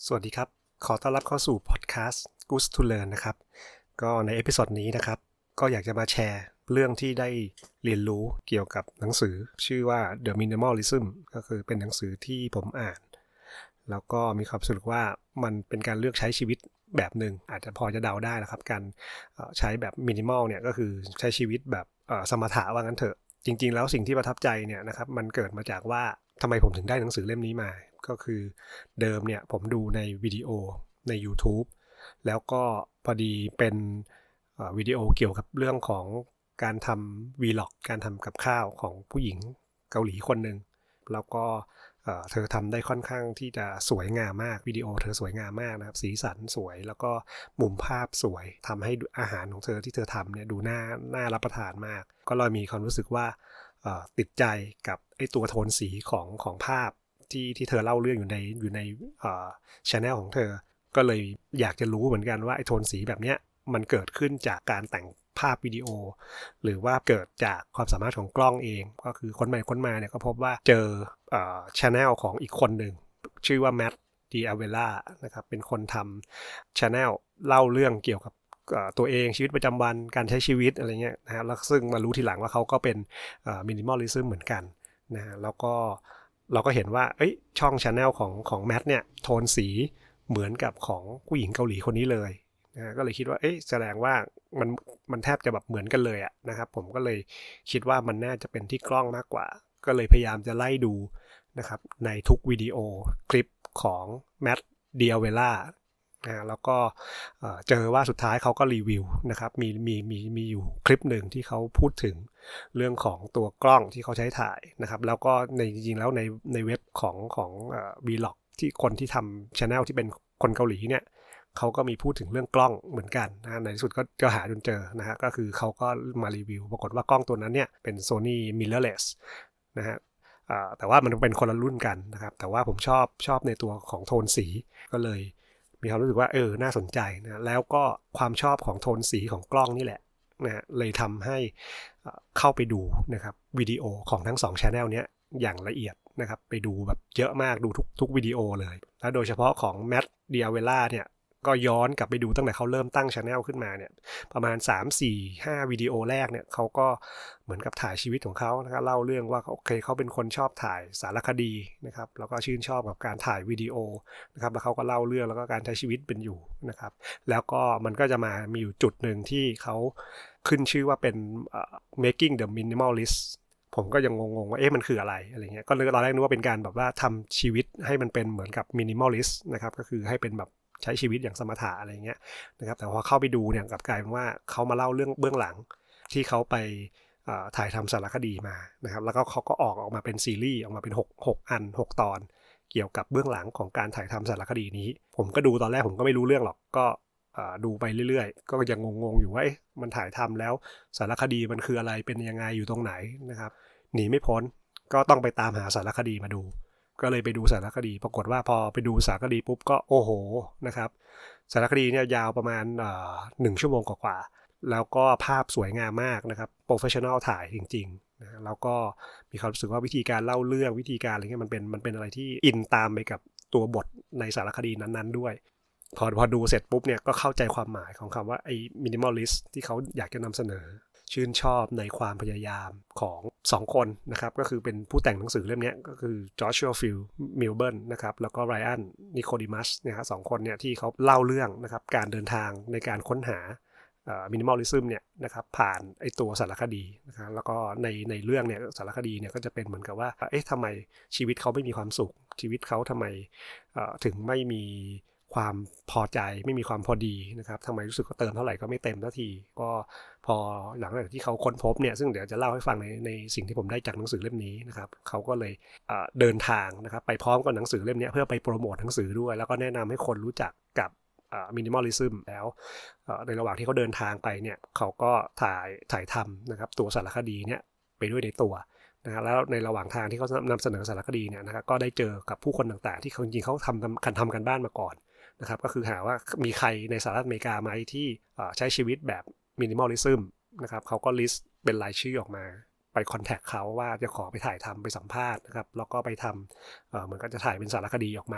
สวัสดีครับขอต้อนรับเข้าสู่พอดแคสต์ Good to Learn นะครับก็ในเอพิโซดนี้นะครับก็อยากจะมาแชร์เรื่องที่ได้เรียนรู้เกี่ยวกับหนังสือชื่อว่า The Minimalism ก็คือเป็นหนังสือที่ผมอ่านแล้วก็มีความรู้สึกว่ามันเป็นการเลือกใช้ชีวิตแบบหนึ่งอาจจะพอจะเดาได้นะครับการใช้แบบมินิมอลเนี่ยก็คือใช้ชีวิตแบบสมถะว่างั้นเถอะจริงๆแล้วสิ่งที่ประทับใจเนี่ยนะครับมันเกิดมาจากว่าทำไมผมถึงได้หนังสือเล่มนี้มาก็คือเดิมเนี่ยผมดูในวิดีโอใน YouTube แล้วก็พอดีเป็นวิดีโอเกี่ยวกับเรื่องของการทำ Vlog การทำกับข้าวของผู้หญิงเกาหลีคนหนึ่งแล้วก็เธอทำได้ค่อนข้างที่จะสวยงามมากวิดีโอเธอสวยงามมากนะครับสีสันสวยแล้วก็มุมภาพสวยทำให้อาหารของเธอที่เธอทำเนี่ยดูน่ารับประทานมากก็เลยมีความรู้สึกว่าติดใจกับไอ้ตัวโทนสีของภาพที่เธอเล่าเรื่องอยู่ในchannel ของเธอก็เลยอยากจะรู้เหมือนกันว่าไอ้โทนสีแบบเนี้ยมันเกิดขึ้นจากการแต่งภาพวิดีโอหรือว่าเกิดจากความสามารถของกล้องเองก็คือค้นไปค้นมาเนี่ยก็พบว่าเจอchannel ของอีกคนหนึ่งชื่อว่าแมทดีอาเวล่านะครับเป็นคนทำ channel เล่าเรื่องเกี่ยวกับตัวเองชีวิตประจำวันการใช้ชีวิตอะไรเงี้ยนะฮะแล้วซึ่งมารู้ทีหลังว่าเขาก็เป็นมินิมอลลิซึมเหมือนกันนะฮะแล้วก็เราก็เห็นว่าช่อง channel ของแมทเนี่ยโทนสีเหมือนกับของผู้หญิงเกาหลีคนนี้เลยนะก็เลยคิดว่าแสดงว่ามันแทบจะแบบเหมือนกันเลยอะนะครับผมก็เลยคิดว่ามันน่าจะเป็นที่กล้องมากกว่าก็เลยพยายามจะไล่ดูนะครับในทุกวิดีโอคลิปของแมทเดียเวล่าแล้วก็เจอว่าสุดท้ายเขาก็รีวิวนะครับมีอยู่คลิปหนึ่งที่เขาพูดถึงเรื่องของตัวกล้องที่เขาใช้ถ่ายนะครับแล้วก็จริงๆแล้วในเว็บของVlog ที่คนที่ทำ channel ที่เป็นคนเกาหลีเนี่ยเขาก็มีพูดถึงเรื่องกล้องเหมือนกันนะในที่สุดก็หาจนเจอนะฮะก็คือเขาก็มารีวิวปรากฏว่ากล้องตัวนั้นเนี่ยเป็น Sony mirrorless นะฮะแต่ว่ามันเป็นคนละรุ่นกันนะครับแต่ว่าผมชอบในตัวของโทนสีก็เลยมีความรู้สึกว่าน่าสนใจนะแล้วก็ความชอบของโทนสีของกล้องนี่แหละนะเลยทำให้เข้าไปดูนะครับวิดีโอของทั้ง2 channel เนี้ยอย่างละเอียดนะครับไปดูแบบเยอะมากดูทุกวิดีโอเลยและโดยเฉพาะของแมทเดียเวล่าเนี่ยก็ย้อนกลับไปดูตั้งแต่เขาเริ่มตั้ง channel ขึ้นมาเนี่ยประมาณ3 4 5วิดีโอแรกเนี่ยเขาก็เหมือนกับถ่ายชีวิตของเขานะครับเล่าเรื่องว่าเขาเป็นคนชอบถ่ายสารคดีนะครับแล้วก็ชื่นชอบกับการถ่ายวิดีโอนะครับแล้วเขาก็เล่าเรื่องแล้วก็การใช้ชีวิตเป็นอยู่นะครับแล้วก็มันก็จะมีอยู่จุดหนึ่งที่เขาขึ้นชื่อว่าเป็น making the minimalist ผมก็ยังงงว่ามันคืออะไรเงี้ยก็ตอนแรกนึกว่าเป็นการแบบว่าทำชีวิตให้มันเป็นเหมือนกับ minimalist นะครับก็คือให้เป็นแบบใช้ชีวิตอย่างสมถะอะไรเงี้ยนะครับแต่พอเข้าไปดูเนี่ยกลับกลายเป็นว่าเขามาเล่าเรื่องเบื้องหลังที่เขาไปถ่ายทำสารคดีมานะครับแล้วก็เขาก็ออกมาเป็นซีรีส์ออกมาเป็น6อัน6ตอนเกี่ยวกับเบื้องหลังของการถ่ายทำสารคดีนี้ผมก็ดูตอนแรกผมก็ไม่รู้เรื่องหรอกก็ดูไปเรื่อยๆก็ยังงงๆอยู่ว่ามันถ่ายทำแล้วสารคดีมันคืออะไรเป็นยังไงอยู่ตรงไหนนะครับหนีไม่พ้นก็ต้องไปตามหาสารคดีมาดูก็เลยไปดูสารคดีปรากฏว่าพอไปดูสารคดีปุ๊บก็โอ้โหนะครับสารคดีเนี่ยยาวประมาณ1 ชั่วโมงกว่าแล้วก็ภาพสวยงามมากนะครับโปรเฟชชั่นอลถ่ายจริงๆนะแล้วก็มีความรู้สึกว่าวิธีการเล่าเรื่องวิธีการอะไรเงี้ยมันเป็นอะไรที่อินตามไปกับตัวบทในสารคดีนั้นๆด้วยพอดูเสร็จปุ๊บเนี่ยก็เข้าใจความหมายของคำว่าไอ้มินิมอลลิสต์ที่เขาอยากจะนำเสนอชื่นชอบในความพยายามของ2 คนนะครับก็คือเป็นผู้แต่งหนังสือเล่มนี้ก็คือจอชัวฟิลมิลเบิร์นนะครับแล้วก็ไรอันนิโคดิมัสนะครับ2 คนเนี่ยที่เขาเล่าเรื่องนะครับการเดินทางในการค้นหามินิมอลลิซึมเนี่ยนะครับผ่านไอตัวสารคดีนะครับแล้วก็ในเรื่องเนี่ยสารคดีเนี่ยก็จะเป็นเหมือนกับว่าทำไมชีวิตเขาไม่มีความสุขชีวิตเขาทำไมถึงไม่มีความพอใจไม่มีความพอดีนะครับทำไมรู้สึกว่าเติมเท่าไหร่ก็ไม่เต็มสักทีก็พอหลังจากที่เขาค้นพบเนี่ยซึ่งเดี๋ยวจะเล่าให้ฟังในสิ่งที่ผมได้จากหนังสือเล่มนี้นะครับเขาก็เลยเดินทางนะครับไปพร้อมกับหนังสือเล่มนี้เพื่อไปโปรโมทหนังสือด้วยแล้วก็แนะนำให้คนรู้จักกับมินิมอลลิซึมแล้วในระหว่างที่เขาเดินทางไปเนี่ยเขาก็ถ่ายทำนะครับตัวสารคดีเนี่ยไปด้วยในตัวนะแล้วในระหว่างทางที่เขานำเสนอสารคดีเนี่ยนะครับก็ได้เจอกับผู้คนต่างๆที่จริงๆเขาทำกันบ้านมาก่อนนะครับก็คือหาว่ามีใครในสหรัฐอเมริกาไหมที่ใช้ชีวิตแบบมินิมอลลิซึมนะครับเขาก็ลิสต์เป็นรายชื่อออกมาไปคอนแทคเขาว่าจะขอไปถ่ายทำไปสัมภาษณ์นะครับแล้วก็ไปทำเหมือนกันจะถ่ายเป็นสารคดีออกมา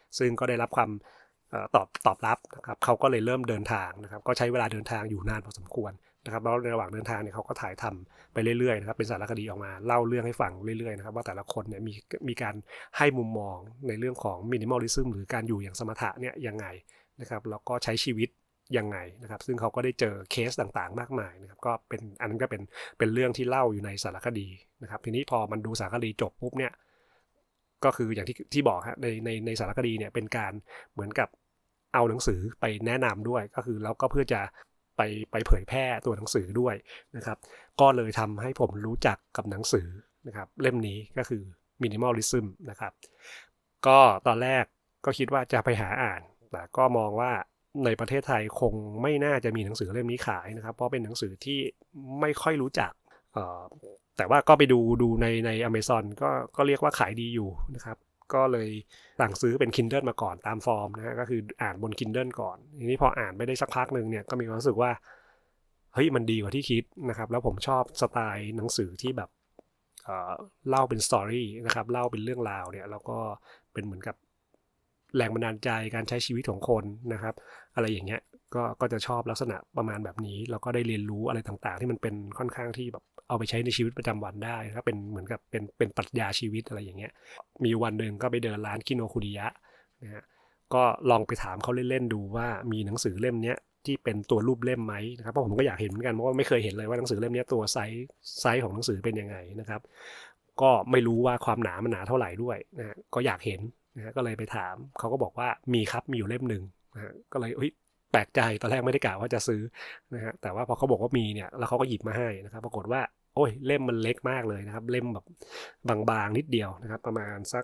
ซึ่งก็ได้รับความตอบรับนะครับเขาก็เลยเริ่มเดินทางนะครับก็ใช้เวลาเดินทางอยู่นานพอสมควรนะครับแล้วในระหว่างเดินทางเนี่ยเขาก็ถ่ายทำไปเรื่อยๆนะครับเป็นสารคดีออกมาเล่าเรื่องให้ฟังเรื่อยๆนะครับว่าแต่ละคนเนี่ยมีการให้มุมมองในเรื่องของมินิมอลลิซึมหรือการอยู่อย่างสมถะเนี่ยยังไงนะครับแล้วก็ใช้ชีวิตยังไงนะครับซึ่งเขาก็ได้เจอเคสต่างๆมากมายนะครับก็เป็นอันนั้นก็เป็นเรื่องที่เล่าอยู่ในสารคดีนะครับทีนี้พอมันดูสารคดีจบปุ๊บเนี่ยก็คืออย่างที่บอกฮะในสารคดีเนี่ยเป็นการเหมือนกับเอาหนังสือไปแนะนำด้วยก็คือแล้วก็เพื่อจะไปเผยแพร่ตัวหนังสือด้วยนะครับก็เลยทำให้ผมรู้จักกับหนังสือนะครับเล่มนี้ก็คือ Minimalism นะครับก็ตอนแรกก็คิดว่าจะไปหาอ่านแต่ก็มองว่าในประเทศไทยคงไม่น่าจะมีหนังสือเล่มนี้ขายนะครับเพราะเป็นหนังสือที่ไม่ค่อยรู้จักแต่ว่าก็ไปดูใน Amazon ก็เรียกว่าขายดีอยู่นะครับก็เลยสั่งซื้อเป็น Kindle มาก่อนตามฟอร์มนะฮะก็คืออ่านบน Kindle ก่อนทีนี้พออ่านไปได้สักพักนึงเนี่ยก็มีความรู้สึกว่าเฮ้ยมันดีกว่าที่คิดนะครับแล้วผมชอบสไตล์หนังสือที่แบบเล่าเป็นสตอรี่นะครับเล่าเป็นเรื่องราวเนี่ยแล้วก็เป็นเหมือนกับแรงบันดาลใจการใช้ชีวิตของคนนะครับอะไรอย่างเงี้ยก็จะชอบลักษณะประมาณแบบนี้แล้วก็ได้เรียนรู้อะไรต่างๆที่มันเป็นค่อนข้างที่แบบเอาไปใช้ในชีวิตประจำวันได้นะครับเป็นเหมือนกับเป็นปรัชญาชีวิตอะไรอย่างเงี้ยมีวันหนึ่งก็ไปเดินร้านคิโนคุริยะนะฮะก็ลองไปถามเขาเล่นๆดูว่ามีหนังสือเล่มนี้ที่เป็นตัวรูปเล่มไหมนะครับเพราะผมก็อยากเห็นเหมือนกันเพราะว่าไม่เคยเห็นเลยว่าหนังสือเล่มนี้ตัวไซส์ของหนังสือเป็นยังไงนะครับก็ไม่รู้ว่าความหนามันหนาเท่าไหร่ด้วยนะฮะก็อยากเห็นนะฮะก็เลยไปถามเขาก็บอกว่ามีครับมีอยู่เล่มหนึ่งนะฮะก็เลยแปลกใจตอนแรกไม่ได้กะว่าจะซื้อนะฮะแต่ว่าพอเขาบอกว่ามีเนี่ยแล้วเขาก็หยิบมาให้นะครับปรากฏว่าโอ้ยเล่มมันเล็กมากเลยนะครับเล่มแบบบางๆนิดเดียวนะครับประมาณสัก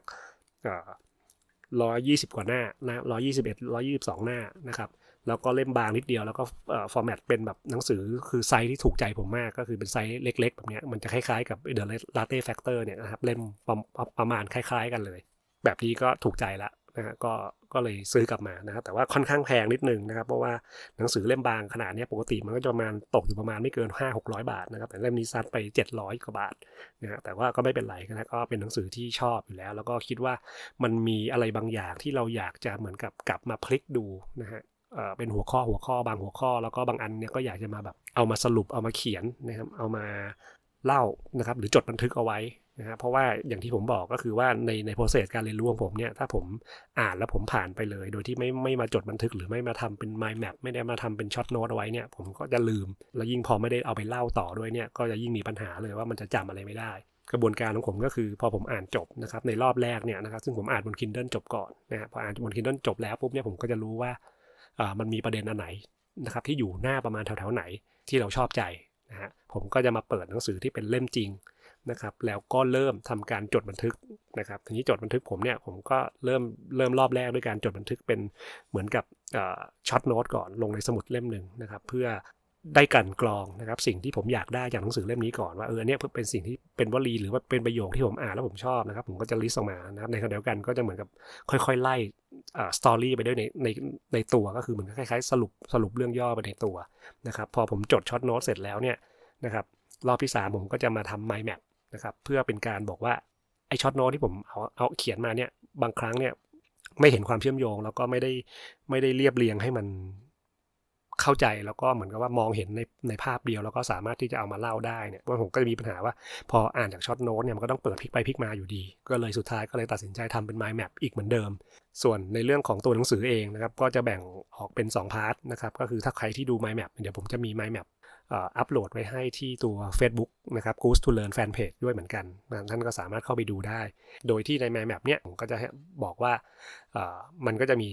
120กว่าหน้านะ121 122หน้านะครับแล้วก็เล่มบางนิดเดียวแล้วก็ฟอร์แมตเป็นแบบหนังสือคือไซส์ที่ถูกใจผมมากก็คือเป็นไซส์เล็กๆแบบนี้มันจะคล้ายๆกับ The Latte Factor เนี่ยนะครับเล่มประมาณคล้ายๆกันเลยแบบนี้ก็ถูกใจละนะฮะก็เลยซื้อกลับมานะครับแต่ว่าค่อนข้างแพงนิดนึงนะครับเพราะว่าหนังสือเล่มบางขนาดนี้ปกติมันก็จะประมาณตกอยู่ประมาณไม่เกิน 500-600 บาทนะครับแต่เล่มนี้ซัดไป700กว่าบาทนะฮะแต่ว่าก็ไม่เป็นไรนะก็เป็นหนังสือที่ชอบอยู่แล้วแล้วก็คิดว่ามันมีอะไรบางอย่างที่เราอยากจะเหมือนกับกลับมาพลิกดูนะฮะเป็นหัวข้อบางหัวข้อแล้วก็บางอันเนี่ยก็อยากจะมาแบบเอามาสรุปเอามาเขียนนะครับเอามาเล่านะครับหรือจดบันทึกเอาไว้นะฮะเพราะว่าอย่างที่ผมบอกก็คือว่าในโปรเซสการเรียนรู้ของผมเนี่ยถ้าผมอ่านแล้วผมผ่านไปเลยโดยที่ไม่มาจดบันทึกหรือไม่มาทำเป็น mind map ไม่ได้มาทำเป็นช็อตโน้ตเอาไว้เนี่ยผมก็จะลืมแล้วยิ่งพอไม่ได้เอาไปเล่าต่อด้วยเนี่ยก็จะยิ่งมีปัญหาเลยว่ามันจะจำอะไรไม่ได้กระบวนการของผมก็คือพอผมอ่านจบนะครับในรอบแรกเนี่ยนะครับซึ่งผมอ่านบน Kindle จบก่อนนะฮะพออ่านบน Kindle จบแล้วปุ๊บเนี่ยผมก็จะรู้ว่ามันมีประเด็นอันไหนนะครับที่อยู่หน้าประมาณแถวๆไหนที่เราชอบใจนะฮะผมก็จะมาเปิดหนังสือที่เป็นเล่มจริงนะครับแล้วก็เริ่มทำการจดบันทึกนะครับทีนี้จดบันทึกผมเนี่ยผมก็เริ่มรอบแรกด้วยการจดบันทึกเป็นเหมือนกับช็อตโน้ตก่อนลงในสมุดเล่มหนึ่งนะครับเพื่อได้กันกรองนะครับสิ่งที่ผมอยากได้จากหนังสือเล่มนี้ก่อนว่าเนี่ยเป็นสิ่งที่เป็นวลีหรือว่าเป็นประโยคที่ผมอ่านแล้วผมชอบนะครับผมก็จะลิสต์ออกมานะครับในขณะเดียวกันก็จะเหมือนกับค่อยๆไล่สตอรี่ไปด้วยในตัวก็คือเหมือนคล้ายๆสรุปเรื่องย่อไปในตัวนะครับพอผมจดช็อตโน้ตเสร็จแล้วเนี่ยนะครับรอบที่3ผมก็จะมาทำ mind map นะครับเพื่อเป็นการบอกว่าไอช็อตโน้ตที่ผมเอาเขียนมาเนี่ยบางครั้งเนี่ยไม่เห็นความเชื่อมโยงแล้วก็ไม่ได้เรียบเรียงให้มันเข้าใจแล้วก็เหมือนกับว่ามองเห็นในภาพเดียวแล้วก็สามารถที่จะเอามาเล่าได้เนี่ยว่าผมก็จะมีปัญหาว่าพออ่านจากช็อตโน้ตเนี่ยมันก็ต้องเปิดพลิกไปพลิกมาอยู่ดีก็เลยสุดท้ายก็เลยตัดสินใจทำเป็น mind map อีกเหมือนเดิมส่วนในเรื่องของตัวหนังสือเองนะครับก็จะแบ่งออกเป็น2พาร์ทนะครับก็คือถ้าใครที่ดู mind map เดี๋ยวผมจะมี mind mapอัปโหลดไว้ให้ที่ตัว Facebook นะครับ Goose to Learn Fanpage ด้วยเหมือนกันท่านก็สามารถเข้าไปดูได้โดยที่ใน mind map เนี่ยผมก็จะบอกว่ามันก็จะมี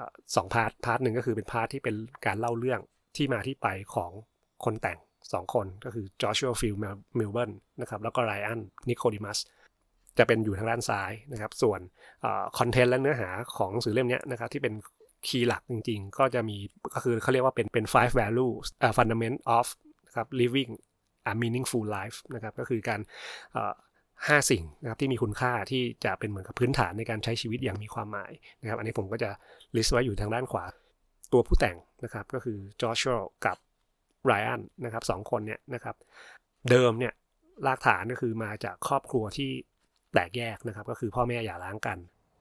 2พาร์ทหนึ่งก็คือเป็นพาร์ทที่เป็นการเล่าเรื่องที่มาที่ไปของคนแต่ง2คนก็คือ Joshua Field Millburn นะครับแล้วก็ Ryan Nicodemus จะเป็นอยู่ทางด้านซ้ายนะครับส่วนคอนเทนต์และเนื้อหาของหนังสือเล่มนี้นะครับที่เป็นคีย์หลักจริงๆก็จะมีก็คือเขาเรียกว่าเป็น5 values fundament of นะครับ living a meaningful life นะครับก็คือการ5สิ่งนะครับที่มีคุณค่าที่จะเป็นเหมือนกับพื้นฐานในการใช้ชีวิตอย่างมีความหมายนะครับอันนี้ผมก็จะลิสต์ไว้อยู่ทางด้านขวาตัวผู้แต่งนะครับก็คือจอชัวกับไรอันนะครับ2คนเนี่ยนะครับเดิมเนี่ยรากฐานก็คือมาจากครอบครัวที่แตกแยกนะครับก็คือพ่อแม่หย่าร้างกัน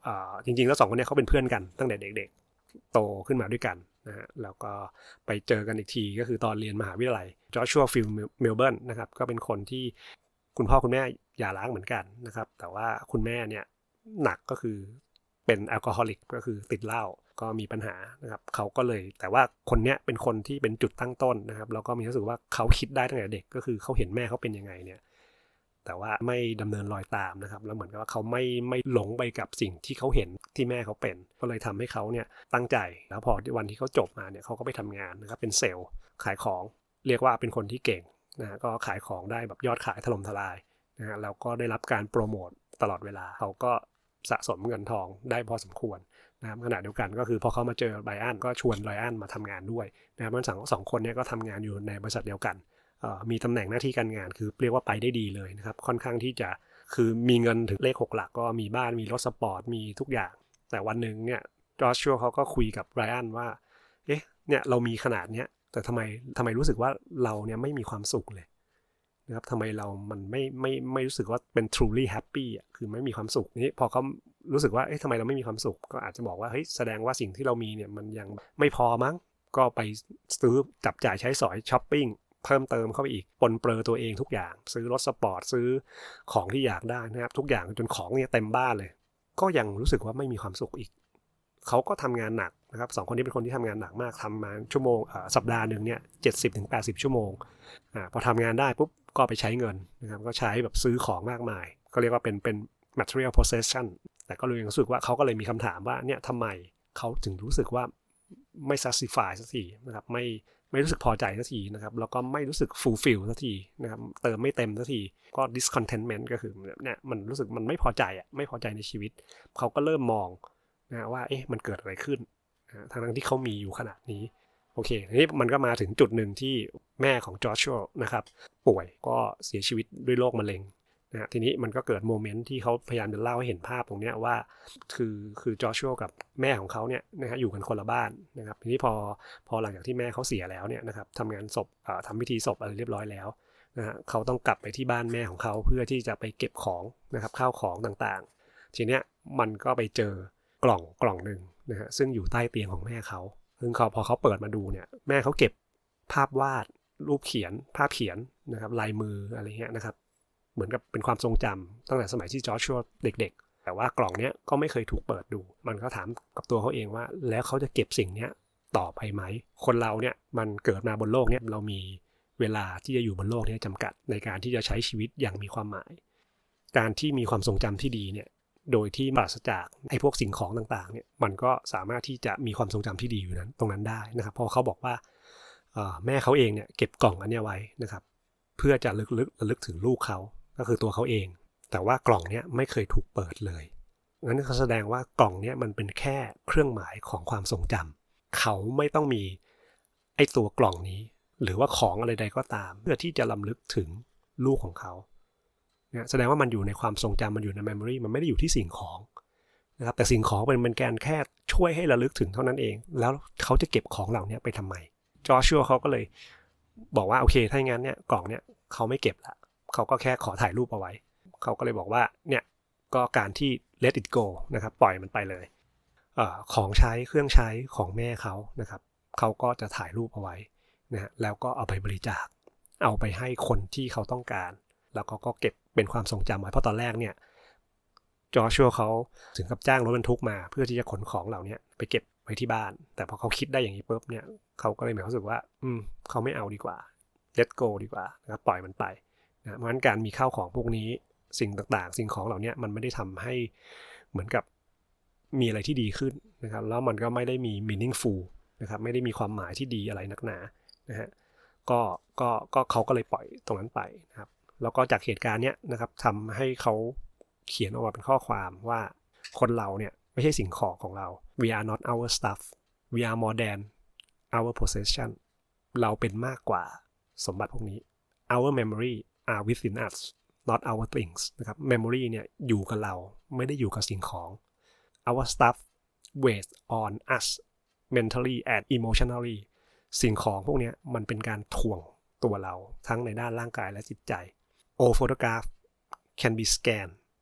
จริงๆแล้ว2คนนี้เขาเป็นเพื่อนกันตั้งแต่เด็กๆโตขึ้นมาด้วยกันนะฮะแล้วก็ไปเจอกันอีกทีก็คือตอนเรียนมหาวิทยาลัยจอชัวฟิลเมลเบิร์นนะครับก็เป็นคนที่คุณพ่อคุณแม่หย่าร้างเหมือนกันนะครับแต่ว่าคุณแม่เนี่ยหนักก็คือเป็นแอลกอฮอลิกก็คือติดเหล้าก็มีปัญหานะครับเขาก็เลยแต่ว่าคนเนี้ยเป็นคนที่เป็นจุดตั้งต้นนะครับแล้วก็มีรู้สึกว่าเขาคิดได้ตั้งแต่เด็กก็คือเขาเห็นแม่เขาเป็นยังไงเนี่ยแต่ว่าไม่ดำเนินรอยตามนะครับแล้วเหมือนกับว่าเขาไม่หลงไปกับสิ่งที่เขาเห็นที่แม่เขาเป็นก็เลยทำให้เขาเนี่ยตั้งใจแล้วพอวันที่เขาจบมาเนี่ยเขาก็ไปทำงานนะครับเป็นเซลล์ขายของเรียกว่าเป็นคนที่เก่งนะก็ขายของได้แบบยอดขายถล่มทลายนะฮะแล้วก็ได้รับการโปรโมทตลอดเวลาเขาก็สะสมเงินทองได้พอสมควรนะครับขณะเดียวกันก็คือพอเขามาเจอไบรอันก็ชวนไบรอันมาทำงานด้วยนะครับทั้งสองคนนี้ก็ทำงานอยู่ในบริษัทเดียวกันมีตำแหน่งหน้าที่การงานคือเรียกว่าไปได้ดีเลยนะครับค่อนข้างที่จะคือมีเงินถึงเลข6หลักก็มีบ้านมีรถสปอร์ตมีทุกอย่างแต่วันหนึ่งเนี่ยจอชัวเขาก็คุยกับไบรอันว่าเอ๊ะเนี่ยเรามีขนาดเนี้ยแต่ทำไมรู้สึกว่าเราเนี่ยไม่มีความสุขเลยนะครับทำไมเรามันไม่รู้สึกว่าเป็น truly happy อ่ะคือไม่มีความสุขนี่พอเขารู้สึกว่าเอ๊ะทำไมเราไม่มีความสุขก็อาจจะบอกว่าเฮ้ยแสดงว่าสิ่งที่เรามีเนี่ยมันยังไม่พอมั้งก็ไปซื้อจับจ่ายใช้สอยช้อปปิ้งเพิ่มเติมเข้าไปอีกปนเปื้อตัวเองทุกอย่างซื้อรถสปอร์ตซื้อของที่อยากได้นะครับทุกอย่างจนของเนี่ยเต็มบ้านเลยก็ยังรู้สึกว่าไม่มีความสุขอีกเขาก็ทำงานหนักนะครับ2คนนี้เป็นคนที่ทำงานหนักมากทำมาชั่วโมงสัปดาห์นึงเนี่ย 70-80 ชั่วโมงพอทำงานได้ปุ๊บก็ไปใช้เงินนะครับก็ใช้แบบซื้อของมากมายก็เรียกว่าเป็น material possession แต่ก็เลยรู้สึกว่าเขาก็เลยมีคำถามว่าเนี่ยทำไมเขาถึงรู้สึกว่าไม่ satisfy สักทีนะครับไม่รู้สึกพอใจสักทีนะครับแล้วก็ไม่รู้สึก fulfill สักทีนะครับเติมไม่เต็มสักทีก็ discontentment ก็คือเนี่ยมันรู้สึกมันไม่พอใจไม่พอใจในชีวิตเขาก็เริ่มมองนะว่าเอ๊ะมันเกิดอะไรขึ้นทั้งที่เขามีอยู่ขนาดนี้โอเคทีนี้มันก็มาถึงจุดหนึ่งที่แม่ของจอชัวนะครับป่วยก็เสียชีวิตด้วยโรคมะเร็งนะทีนี้มันก็เกิดโมเมนต์ที่เขาพยายามจะเล่าให้เห็นภาพตรงนี้ว่าคือจอชัวกับแม่ของเขาเนี่ยนะฮะอยู่กันคนละบ้านนะครับทีนี้พอหลังจากที่แม่เขาเสียแล้วเนี่ยนะครับทำงานศพทำพิธีศพอะไรเรียบร้อยแล้วนะฮะเขาต้องกลับไปที่บ้านแม่ของเขาเพื่อที่จะไปเก็บของนะครับข้าวของต่างๆทีเนี้ยมันก็ไปเจอกล่องหนึ่งนะฮะซึ่งอยู่ใต้เตียงของแม่เขาซึ่งพอเขาเปิดมาดูเนี่ยแม่เขาเก็บภาพวาดรูปเขียนภาพเขียนนะครับลายมืออะไรเงี้ยนะครับเหมือนกับเป็นความทรงจำตั้งแต่สมัยที่จอร์จชัวเด็กๆแต่ว่ากล่องเนี้ยก็ไม่เคยถูกเปิดดูมันก็ถามกับตัวเขาเองว่าแล้วเขาจะเก็บสิ่งเนี้ยต่อไปไหมคนเราเนี่ยมันเกิดมาบนโลกเนี้ยเรามีเวลาที่จะอยู่บนโลกนี้จำกัดในการที่จะใช้ชีวิตอย่างมีความหมายการที่มีความทรงจำที่ดีเนี่ยโดยที่ปราศจากไอ้พวกสิ่งของต่างๆเนี่ยมันก็สามารถที่จะมีความทรงจำที่ดีอยู่นั้นตรงนั้นได้นะครับเพราะเขาบอกว่าแม่เขาเองเนี่ยเก็บกล่องอันนี้ไว้นะครับเพื่อจะระลึกถึงลูกเขาก็คือตัวเขาเองแต่ว่ากล่องเนี้ยไม่เคยถูกเปิดเลยงั้นเขาแสดงว่ากล่องเนี้ยมันเป็นแค่เครื่องหมายของความทรงจำเขาไม่ต้องมีไอ้ตัวกล่องนี้หรือว่าของอะไรใดก็ตามเพื่อที่จะรำลึกถึงลูกของเขาแสดงว่ามันอยู่ในความทรงจำมันอยู่ใน memory มันไม่ได้อยู่ที่สิ่งของนะครับแต่สิ่งของเป็นการแค่ช่วยให้ระลึกถึงเท่านั้นเองแล้วเขาจะเก็บของเหล่านี้ไปทำไมจอชัวเขาก็เลยบอกว่าโอเคถ้าอย่างนั้นเนี่ยกล่องเนี่ยเขาไม่เก็บละเขาก็แค่ขอถ่ายรูปเอาไว้เขาก็เลยบอกว่าเนี่ยก็การที่ let it go นะครับปล่อยมันไปเลยของใช้เครื่องใช้ของแม่เขานะครับเขาก็จะถ่ายรูปเอาไว้นะฮะแล้วก็เอาไปบริจาคเอาไปให้คนที่เขาต้องการแล้วก็เก็บเป็นความทรงจำไว้เพราะตอนแรกเนี่ยจอชัวเขาถึงกับจ้างรถบรรทุกมาเพื่อที่จะขนของเหล่านี้ไปเก็บไว้ที่บ้านแต่พอเขาคิดได้อย่างนี้ปุ๊บเนี่ยเขาก็เลยมีความรู้สึกว่าเขาไม่เอาดีกว่า let go ดีกว่านะครับปล่อยมันไปนะเพราะฉะนั้นการมีข้าวของพวกนี้สิ่งต่างๆสิ่งของเหล่านี้มันไม่ได้ทำให้เหมือนกับมีอะไรที่ดีขึ้นนะครับแล้วมันก็ไม่ได้มี meaningful นะครับไม่ได้มีความหมายที่ดีอะไรนักหนานะฮะก็เขาก็เลยปล่อยตรงนั้นไปนะครับแล้วก็จากเหตุการณ์เนี้ยนะครับทำให้เขาเขียนออกมาเป็นข้อความว่าคนเราเนี่ยไม่ใช่สิ่งของเรา we are not our stuff we are more than our possession เราเป็นมากกว่าสมบัติพวกนี้ our memory are within us not our things นะครับ memory เนี่ยอยู่กับเราไม่ได้อยู่กับสิ่งของ our stuff weighs on us mentally and emotionally สิ่งของพวกนี้มันเป็นการถ่วงตัวเราทั้งในด้านร่างกายและจิตใจ All photograph can be scanned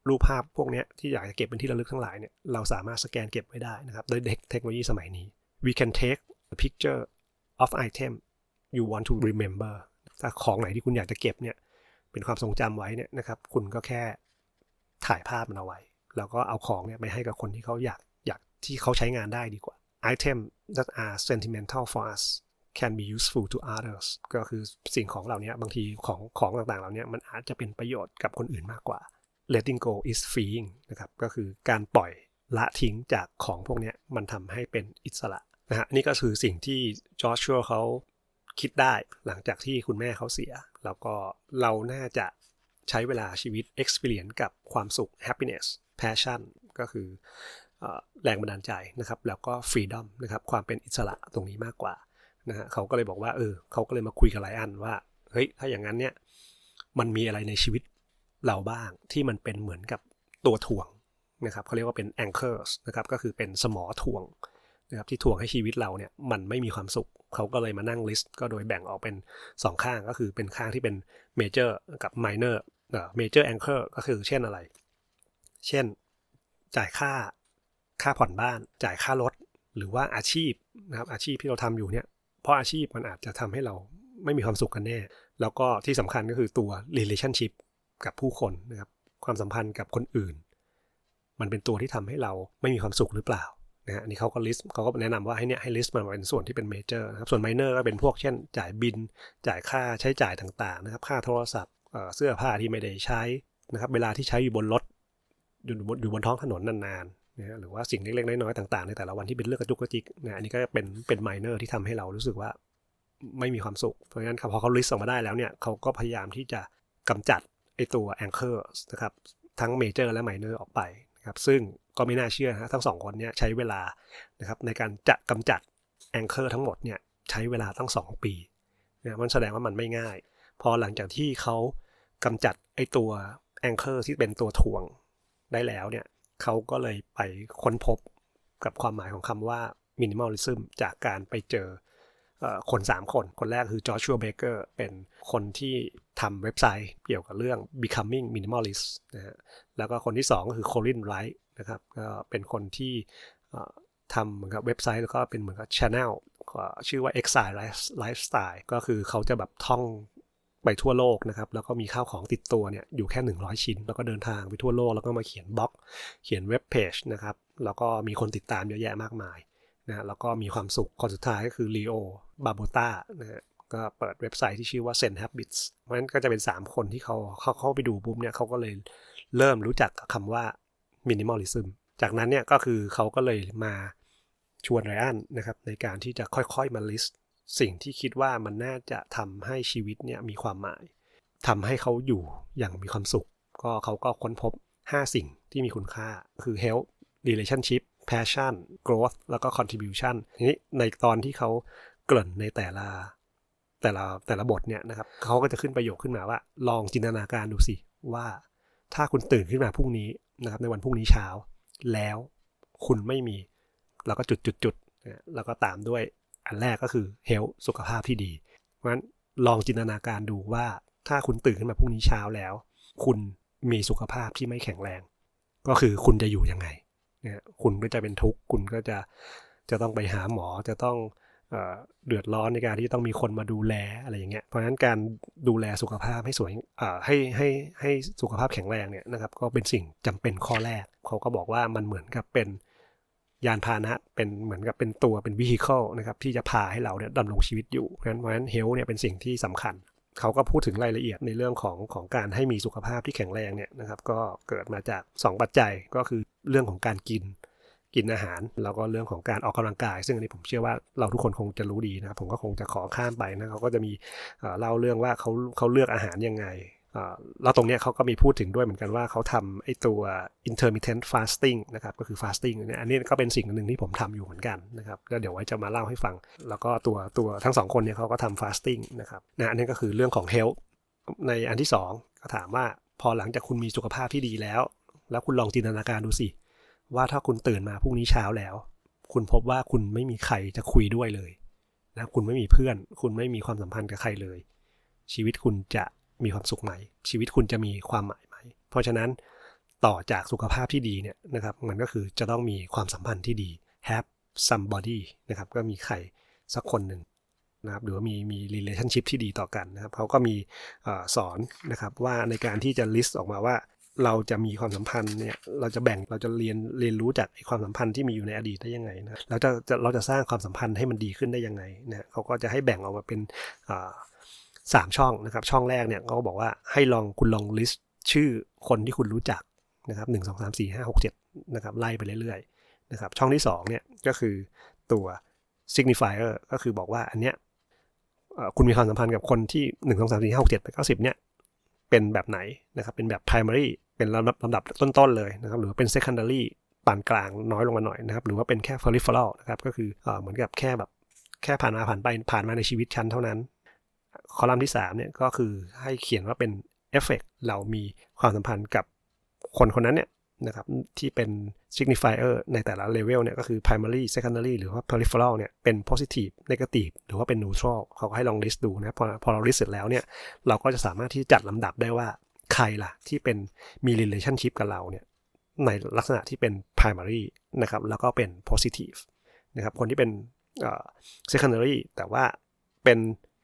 รูปภาพพวกนี้ที่อยากจะเก็บเป็นที่ระลึกทั้งหลายเนี่ยเราสามารถสแกนเก็บไว้ได้นะครับด้วยเทคโนโลยีสมัยนี้ we can take a picture of item you want to remember ถ้าของไหนที่คุณอยากจะเก็บเนี่ยเป็นความทรงจำไว้เนี่ยนะครับคุณก็แค่ถ่ายภาพมันเอาไว้แล้วก็เอาของเนี่ยไปให้กับคนที่เขาอยากที่เขาใช้งานได้ดีกว่า item that are sentimental for us can be useful to others ก็คือสิ่งของเหล่านี้บางทีของต่างๆเหล่านี้มันอาจจะเป็นประโยชน์กับคนอื่นมากกว่า letting go is freeing นะครับก็คือการปล่อยละทิ้งจากของพวกนี้มันทำให้เป็นอิสระนะฮะนี่ก็คือสิ่งที่จอชัวเขาคิดได้หลังจากที่คุณแม่เขาเสียแล้วก็เราน่าจะใช้เวลาชีวิต experience กับความสุข happiness passion ก็คือแรงบันดาลใจนะครับแล้วก็ freedom นะครับความเป็นอิสระตรงนี้มากกว่านะฮะเขาก็เลยบอกว่าเขาก็เลยมาคุยกับไลออนว่าเฮ้ยถ้าอย่างนั้นเนี่ยมันมีอะไรในชีวิตเราบ้างที่มันเป็นเหมือนกับตัวถ่วงนะครับเขาเรียกว่าเป็น anchors นะครับก็คือเป็นสมอถ่วงนะครับที่ถ่วงให้ชีวิตเราเนี่ยมันไม่มีความสุขเขาก็เลยมานั่งลิสต์ก็โดยแบ่งออกเป็น2ข้างก็คือเป็นข้างที่เป็น major กับ minor major anchor ก็คือเช่นอะไรเช่นจ่ายค่าผ่อนบ้านจ่ายค่ารถหรือว่าอาชีพนะครับอาชีพที่เราทำอยู่เนี่ยเพราะอาชีพมันอาจจะทำให้เราไม่มีความสุขกันแน่แล้วก็ที่สำคัญก็คือตัว relationship กับผู้คนนะครับความสัมพันธ์กับคนอื่นมันเป็นตัวที่ทำให้เราไม่มีความสุขหรือเปล่านะฮะอันนี้เขาก็แนะนำว่าให้ลิสต์มันเป็นส่วนที่เป็นเมเจอร์นะครับส่วนไมเนอร์ก็เป็นพวกเช่นจ่ายบิลจ่ายค่าใช้จ่ายต่างๆนะครับค่าโทรศัพท์เสื้อผ้าที่ไม่ได้ใช้นะครับเวลาที่ใช้อยู่บนรถอยู่บนท้องถนนนานๆนะหรือว่าสิ่งเล็กๆน้อยๆต่างๆในแต่ละวันที่เป็นเรื่องกระจุกกระจิกนะอันนี้ก็เป็นไมเนอร์ที่ทำให้เรารู้สึกว่าไม่มีความสุขเพราะฉะนั้นพอเขาลิสต์ออกมาได้แล้วเนี่ยเขาก็พยายามที่จะกำจัดไอตัวแองเกอร์นะครับทั้งเมเจอร์และไมเนอร์ออกไปนะครับซึ่งก็ไม่น่าเชื่อนะทั้ง2คนนี้ใช้เวลานะครับในการจะกำจัดแองเกอร์ทั้งหมดเนี่ยใช้เวลาตั้ง2 ปีนะมันแสดงว่ามันไม่ง่ายพอหลังจากที่เขากำจัดไอตัวแองเกอร์ที่เป็นตัวถ่วงได้แล้วเนี่ยเขาก็เลยไปค้นพบกับความหมายของคำว่า minimalism จากการไปเจอคน3 คนแรกคือจอชัวเบเกอร์เป็นคนที่ทำเว็บไซต์เกี่ยวกับเรื่อง becoming minimalist นะฮะแล้วก็คนที่2ก็คือโคลินไรท์นะครับก็เป็นคนที่ทำเหมือนกับเว็บไซต์แล้วก็เป็นเหมือนกับ channel ชื่อว่า Exile Lifestyle ก็คือเขาจะแบบท่องไปทั่วโลกนะครับแล้วก็มีข้าวของติดตัวเนี่ยอยู่แค่100 ชิ้นแล้วก็เดินทางไปทั่วโลกแล้วก็มาเขียนบล็อกเขียนเว็บเพจนะครับแล้วก็มีคนติดตามเยอะแยะมากมายนะแล้วก็มีความสุขคนสุดท้ายก็คือลีโอบาโบต้านะฮะก็เปิดเว็บไซต์ที่ชื่อว่า Zen Habits เพราะฉะนั้นก็จะเป็น3 คนที่เขาเข้าไปดูปุ๊บเนี่ยเขาก็เลยเริ่มรู้จักคำว่า minimalism จากนั้นเนี่ยก็คือเขาก็เลยมาชวนไรอันนะครับในการที่จะค่อยๆมาลิสต์สิ่งที่คิดว่ามันน่าจะทำให้ชีวิตเนี่ยมีความหมายทำให้เขาอยู่อย่างมีความสุขก็เขาก็ค้นพบ5 สิ่งที่มีคุณค่าคือ health relationship passion growth แล้วก็ contribution ทีนี้ในตอนที่เขาเกริ่นในแต่ละบทเนี่ยนะครับเขาก็จะขึ้นประโยคขึ้นมาว่าลองจินตนาการดูสิว่าถ้าคุณตื่นขึ้นมาพรุ่งนี้นะครับในวันพรุ่งนี้เช้าแล้วคุณไม่มีแล้วก็จุดแล้วก็ตามด้วยอันแรกก็คือ health สุขภาพที่ดีเพราะฉะนั้นลองจินตนาการดูว่าถ้าคุณตื่นขึ้นมาพรุ่งนี้เช้าแล้วคุณมีสุขภาพที่ไม่แข็งแรงก็คือคุณจะอยู่ยังไงเนี่ยคุณก็จะเป็นทุกข์คุณก็จะต้องไปหาหมอจะต้องเดือดร้อนในการที่ต้องมีคนมาดูแลอะไรอย่างเงี้ยเพราะฉะนั้นการดูแลสุขภาพให้สวยให้สุขภาพแข็งแรงเนี่ยนะครับก็เป็นสิ่งจำเป็นข้อแรกเขาก็บอกว่ามันเหมือนกับเป็นยานพาหนะเป็นเหมือนกับเป็นตัวเป็น vehicle นะครับที่จะพาให้เราเนี่ยดำรงชีวิตอยู่เพราะฉะนั้น health เนี่ยเป็นสิ่งที่สำคัญเขาก็พูดถึงรายละเอียดในเรื่องของการให้มีสุขภาพที่แข็งแรงเนี่ยนะครับก็เกิดมาจาก2 ปัจจัยก็คือเรื่องของการกินอาหารแล้วก็เรื่องของการออกกำลังกายซึ่งอันนี้ผมเชื่อว่าเราทุกคนคงจะรู้ดีนะครับผมก็คงจะขอข้ามไปนะเขาก็จะมีเล่าเรื่องว่าเขาเลือกอาหารยังไงแล้วตรงนี้เขาก็มีพูดถึงด้วยเหมือนกันว่าเขาทำไอ้ตัว intermittent fasting นะครับก็คือ fasting เนี่ยอันนี้ก็เป็นสิ่งหนึ่งที่ผมทำอยู่เหมือนกันนะครับแล้วเดี๋ยวไว้จะมาเล่าให้ฟังแล้วก็ตัวทั้ง2 คนเนี่ยเขาก็ทำ fasting นะครับอันนี้ก็คือเรื่องของ health ในอันที่2ก็ถามว่าพอหลังจากคุณมีสุขภาพที่ดีแล้วคุณลองจินตนาการดูสิว่าถ้าคุณตื่นมาพรุ่งนี้เช้าแล้วคุณพบว่าคุณไม่มีใครจะคุยด้วยเลยนะคุณไม่มีเพื่อนคุณไม่มีความสัมพันธ์กับใครเลยชีวิตคุณจะมีความสุขไหมชีวิตคุณจะมีความหมายไหมเพราะฉะนั้นต่อจากสุขภาพที่ดีเนี่ยนะครับมันก็คือจะต้องมีความสัมพันธ์ที่ดี have somebody นะครับก็มีใครสักคนหนึ่งนะครับหรือว่ามี relationship ที่ดีต่อกันนะครับเขาก็มีสอนนะครับว่าในการที่จะ list ออกมาว่าเราจะมีความสัมพันธ์เนี่ยเราจะเรียนรู้จากความสัมพันธ์ที่มีอยู่ในอดีตได้ยังไงนะเราจะสร้างความสัมพันธ์ให้มันดีขึ้นได้ยังไงนะเขาก็จะให้แบ่งออกมาเป็น3ช่องนะครับช่องแรกเนี่ยเขาบอกว่าให้คุณลอง list ชื่อคนที่คุณรู้จักนะครับ1 2 3 4 5 6 7นะครับไล่ไปเรื่อยๆนะครับช่องที่2เนี่ยก็คือตัว signifier ก็คือบอกว่าอันเนี้ยคุณมีความสัมพันธ์กับคนที่1 2 3 4 5 6 7 8 9 10เนี่ยเป็นแบบไหนนะครับเป็นแบบ primary เป็นลำดับต้นๆเลยนะครับหรือเป็น secondary ปานกลางน้อยลงมาหน่อยนะครับหรือว่าเป็นแค่ peripheral นะครับก็คือเหมือนกับแค่ผ่านมาในชีวิตชั้นเท่านั้นคอลัมน์ที่3เนี่ยก็คือให้เขียนว่าเป็น effect เรามีความสัมพันธ์กับคนนั้นเนี่ยนะครับที่เป็น signifier ในแต่ละ level เนี่ยก็คือ primary secondary หรือว่า peripheral เนี่ยเป็น positive negative หรือว่าเป็น neutral เขาก็ให้ลอง list ดูนะพอเรา list เสร็จแล้วเนี่ยเราก็จะสามารถที่จัดลำดับได้ว่าใครล่ะที่เป็นมี relationship กับเราเนี่ยในลักษณะที่เป็น primary นะครับแล้วก็เป็น positive นะครับคนที่เป็นsecondary แต่ว่าเป็น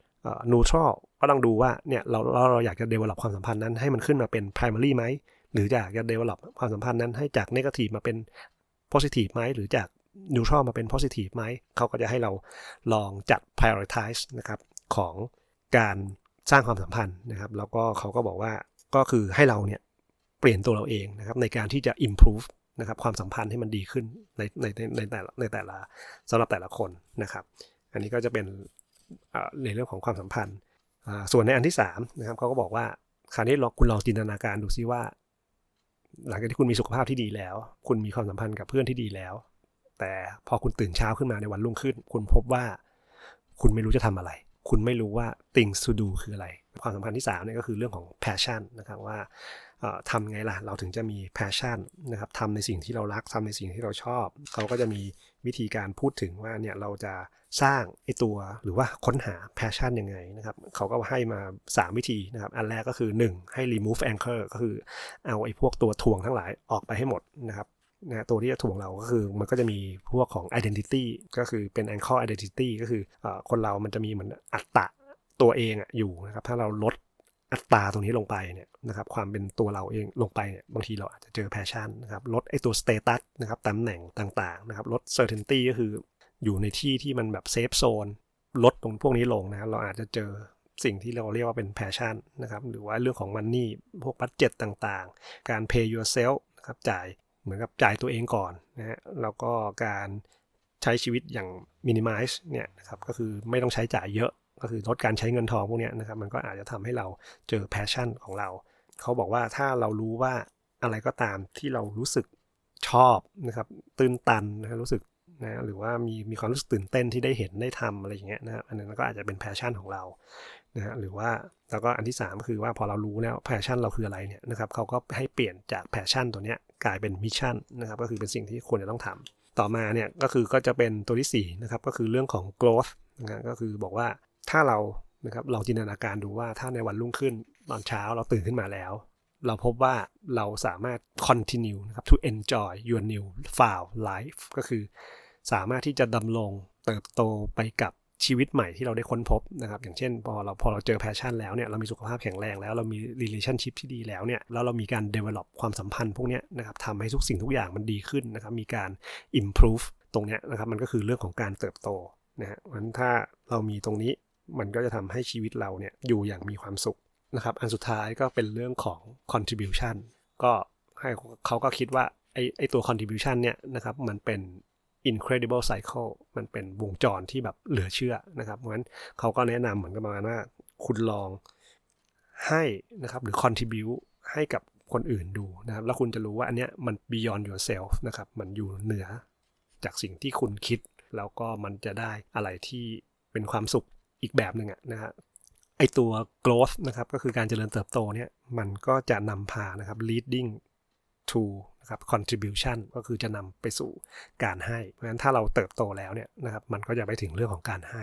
neutral ก็ต้องดูว่าเนี่ยเราอยากจะ develop ความสัมพันธ์นั้นให้มันขึ้นมาเป็น primary ไหมหรืออยากจะ develop ความสัมพันธ์นั้นให้จาก negative มาเป็น positive ไหมหรือจาก neutral มาเป็น positive ไหมเขาก็จะให้เราลองจัด prioritize นะครับของการสร้างความสัมพันธ์นะครับแล้วก็เขาก็บอกว่าก็คือให้เราเนี่ยเปลี่ยนตัวเราเองนะครับในการที่จะ improve นะครับความสัมพันธ์ให้มันดีขึ้นในแต่ละสำหรับแต่ละคนนะครับอันนี้ก็จะเป็นในเรื่องของความสัมพันธ์ส่วนในอันที่3นะครับเขาก็บอกว่าคราวนี้คุณลองจินตนาการดูซิว่าหลังจากที่คุณมีสุขภาพที่ดีแล้วคุณมีความสัมพันธ์กับเพื่อนที่ดีแล้วแต่พอคุณตื่นเช้าขึ้นมาในวันรุ่งขึ้นคุณพบว่าคุณไม่รู้จะทำอะไรคุณไม่รู้ว่า things to do คืออะไรความสัมพันธ์ที่3เนี่ยก็คือเรื่องของ passion นะครับว่าทำไงล่ะเราถึงจะมี passion นะครับทำในสิ่งที่เรารักทำในสิ่งที่เราชอบเขาก็จะมีวิธีการพูดถึงว่าเนี่ยเราจะสร้างไอ้ตัวหรือว่าค้นหา passion ยังไงนะครับเขาก็ให้มา3วิธีนะครับอันแรกก็คือ1ให้ remove anchor ก็คือเอาไอ้พวกตัวถ่วงทั้งหลายออกไปให้หมดนะครับนะตัวที่จะถ่วงเราก็คือมันก็จะมีพวกของ identity ก็คือเป็น anchor identity ก็คือคนเรามันจะมีเหมือนอัตตะตัวเองอยู่นะครับถ้าเราลดอัตราตรงนี้ลงไปเนี่ยนะครับความเป็นตัวเราเองลงไปเนี่ยบางทีเราอาจจะเจอ passion นะครับลดไอ้ตัว status นะครับตำแหน่งต่างๆนะครับลด certainty ก็คืออยู่ในที่ที่มันแบบเซฟโซนลดตรงพวกนี้ลงนะเราอาจจะเจอสิ่งที่เราเรียกว่าเป็น passion นะครับหรือว่าเรื่องของ money พวก budget ต่างๆการ pay yourself นะครับเหมือนกับจ่ายตัวเองก่อนนะฮะแล้วก็การใช้ชีวิตอย่าง minimize เนี่ยนะครับก็คือไม่ต้องใช้จ่ายเยอะก็คือลดการใช้เงินทองพวกนี้นะครับมันก็อาจจะทำให้เราเจอ passion ของเราเขาบอกว่าถ้าเรารู้ว่าอะไรก็ตามที่เรารู้สึกชอบนะครับตื่นตันนะรู้สึกนะหรือว่ามีความรู้สึกตื่นเต้นที่ได้เห็นได้ทำอะไรอย่างเงี้ยนะอันนั้นก็อาจจะเป็น passion ของเรานะฮะหรือว่าแล้วก็อันที่3ก็คือว่าพอเรารู้แล้ว passion เราคืออะไรเนี่ยนะครับเขาก็ให้เปลี่ยนจาก passion ตัวเนี้ยกลายเป็น mission นะครับก็คือเป็นสิ่งที่ควรจะต้องทำต่อมาเนี่ยก็จะเป็นตัวที่4นะครับก็คือเรื่องของ growth นะก็คือบอกว่าถ้าเรานะครับลองจินตนาการดูว่าถ้าในวันรุ่งขึ้นตอนเช้าเราตื่นขึ้นมาแล้วเราพบว่าเราสามารถ continue นะครับ to enjoy your new found life ก็คือสามารถที่จะดำรงเติบโตไปกับชีวิตใหม่ที่เราได้ค้นพบนะครับอย่างเช่นพอเราเจอ passion แล้วเนี่ยเรามีสุขภาพแข็งแรงแล้วเรามี relationship ที่ดีแล้วเนี่ยแล้วเรามีการ develop ความสัมพันธ์พวกนี้นะครับทำให้ทุกสิ่งทุกอย่างมันดีขึ้นนะครับมีการ improve ตรงนี้นะครับมันก็คือเรื่องของการเติบโตนะฮะงั้นถ้าเรามีตรงนี้มันก็จะทำให้ชีวิตเราเนี่ยอยู่อย่างมีความสุขนะครับอันสุดท้ายก็เป็นเรื่องของ contribution ก็ให้เขาก็คิดว่าไอตัว contribution เนี่ยนะครับมันเป็น incredible cycle มันเป็นวงจรที่แบบเหลือเชื่อนะครับเพราะฉะนั้นเขาก็แนะนำเหมือนกับประมาณว่าคุณลองให้นะครับหรือ contribute ให้กับคนอื่นดูนะครับแล้วคุณจะรู้ว่าอันเนี้ยมัน beyond yourself นะครับมันอยู่เหนือจากสิ่งที่คุณคิดแล้วก็มันจะได้อะไรที่เป็นความสุขอีกแบบหนึ่งนะฮะไอตัว growth นะครับก็คือการเจริญเติบโตเนี่ยมันก็จะนำพานะครับ leading to นะครับ contribution ก็คือจะนำไปสู่การให้เพราะฉะนั้นถ้าเราเติบโตแล้วเนี่ยนะครับมันก็จะไปถึงเรื่องของการให้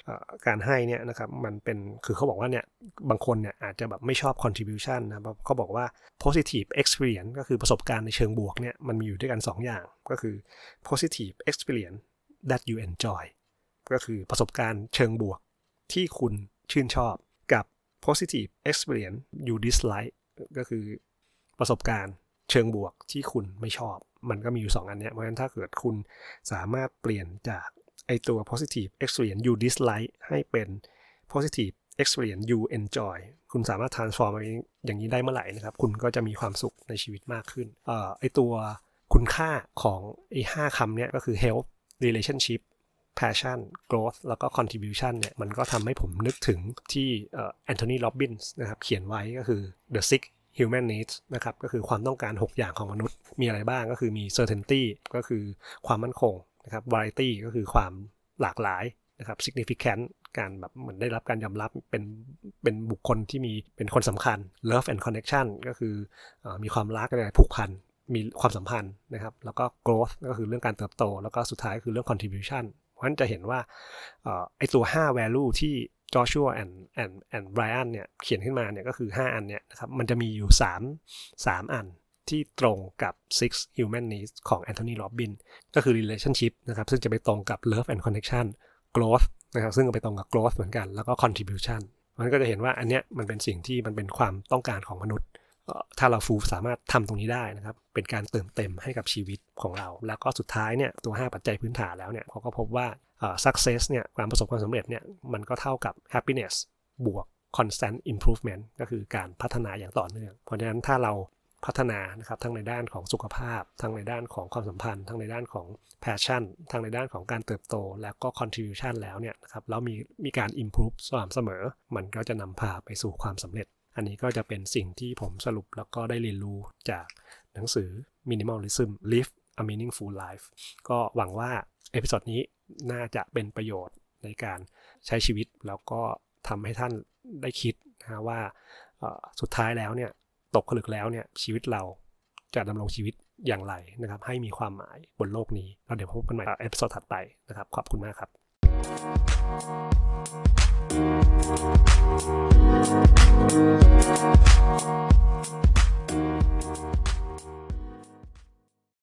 การให้เนี่ยนะครับมันเป็นคือเขาบอกว่าเนี่ยบางคนเนี่ยอาจจะแบบไม่ชอบ contribution นะเขาบอกว่า positive experience ก็คือประสบการณ์ในเชิงบวกเนี่ยมันมีอยู่ด้วยกัน2อย่างก็คือ positive experience that you enjoy ก็คือประสบการณ์เชิงบวกที่คุณชื่นชอบกับ positive experience you dislike ก็คือประสบการณ์เชิงบวกที่คุณไม่ชอบมันก็มีอยู่2อันเนี้ยเพราะฉะนั้นถ้าเกิดคุณสามารถเปลี่ยนจากไอตัว positive experience you dislike ให้เป็น positive experience you enjoy คุณสามารถ transform อย่างนี้ได้เมื่อไหร่นะครับคุณก็จะมีความสุขในชีวิตมากขึ้นไอตัวคุณค่าของไอ5คำเนี้ยก็คือ health relationship passion growth แล้วก็ contribution เนี่ยมันก็ทำให้ผมนึกถึงที่แอนโทนี โรบินส์นะครับเขียนไว้ก็คือ the six human needs นะครับก็คือความต้องการ6อย่างของมนุษย์มีอะไรบ้างก็คือมี certainty ก็คือความมั่นคงนะครับ variety ก็คือความหลากหลายนะครับ significant การแบบเหมือนได้รับการยอมรับเป็นบุคคลที่มีเป็นคนสำคัญ love and connection ก็คือมีความรักอะไรผูกพันมีความสัมพันธ์นะครับแล้วก็ growth ก็คือเรื่องการเติบโตแล้วก็สุดท้ายคือเรื่อง contribution เพราะฉะนั้นจะเห็นว่าไอตัว5 value ที่Joshua and Brian เนี่ยเขียนขึ้นมาเนี่ยก็คือ5อันเนี่ยนะครับมันจะมีอยู่3อันที่ตรงกับ six human needs ของ Anthony Robbins ก็คือ relationship นะครับซึ่งจะไปตรงกับ love and connection growth นะครับซึ่งก็ไปตรงกับ growth เหมือนกันแล้วก็ contribution มันก็จะเห็นว่าอันเนี้ยมันเป็นสิ่งที่มันเป็นความต้องการของมนุษย์ถ้าเราสามารถทำตรงนี้ได้นะครับเป็นการเติมเต็มให้กับชีวิตของเราแล้วก็สุดท้ายเนี่ยตัว5ปัจจัยพื้นฐานแล้วเนี่ยเขาก็พบว่าsuccess เนี่ยการประสบความสำเร็จเนี่ยมันก็เท่ากับ happiness บวก constant improvement ก็คือการพัฒนาอย่างต่อเนื่องเพราะฉะนั้นถ้าเราพัฒนานะครับทั้งในด้านของสุขภาพทั้งในด้านของความสัมพันธ์ทั้งในด้านของ passion ทั้งในด้านของการเติบโตแล้วก็ contribution แล้วเนี่ยนะครับแล้วมีการ improve สม่ำเสมอมันก็จะนำพาไปสู่ความสำเร็จอันนี้ก็จะเป็นสิ่งที่ผมสรุปแล้วก็ได้เรียนรู้จากหนังสือ Minimalism Live a Meaningful Life ก็หวังว่าเอพิโซดนี้น่าจะเป็นประโยชน์ในการใช้ชีวิตแล้วก็ทำให้ท่านได้คิดนะว่าสุดท้ายแล้วเนี่ยตกผลึกแล้วเนี่ยชีวิตเราจะดำรงชีวิตอย่างไรนะครับให้มีความหมายบนโลกนี้แล้วเดี๋ยวพบกันใหม่เอพิโซดถัดไปนะครับขอบคุณมากครับ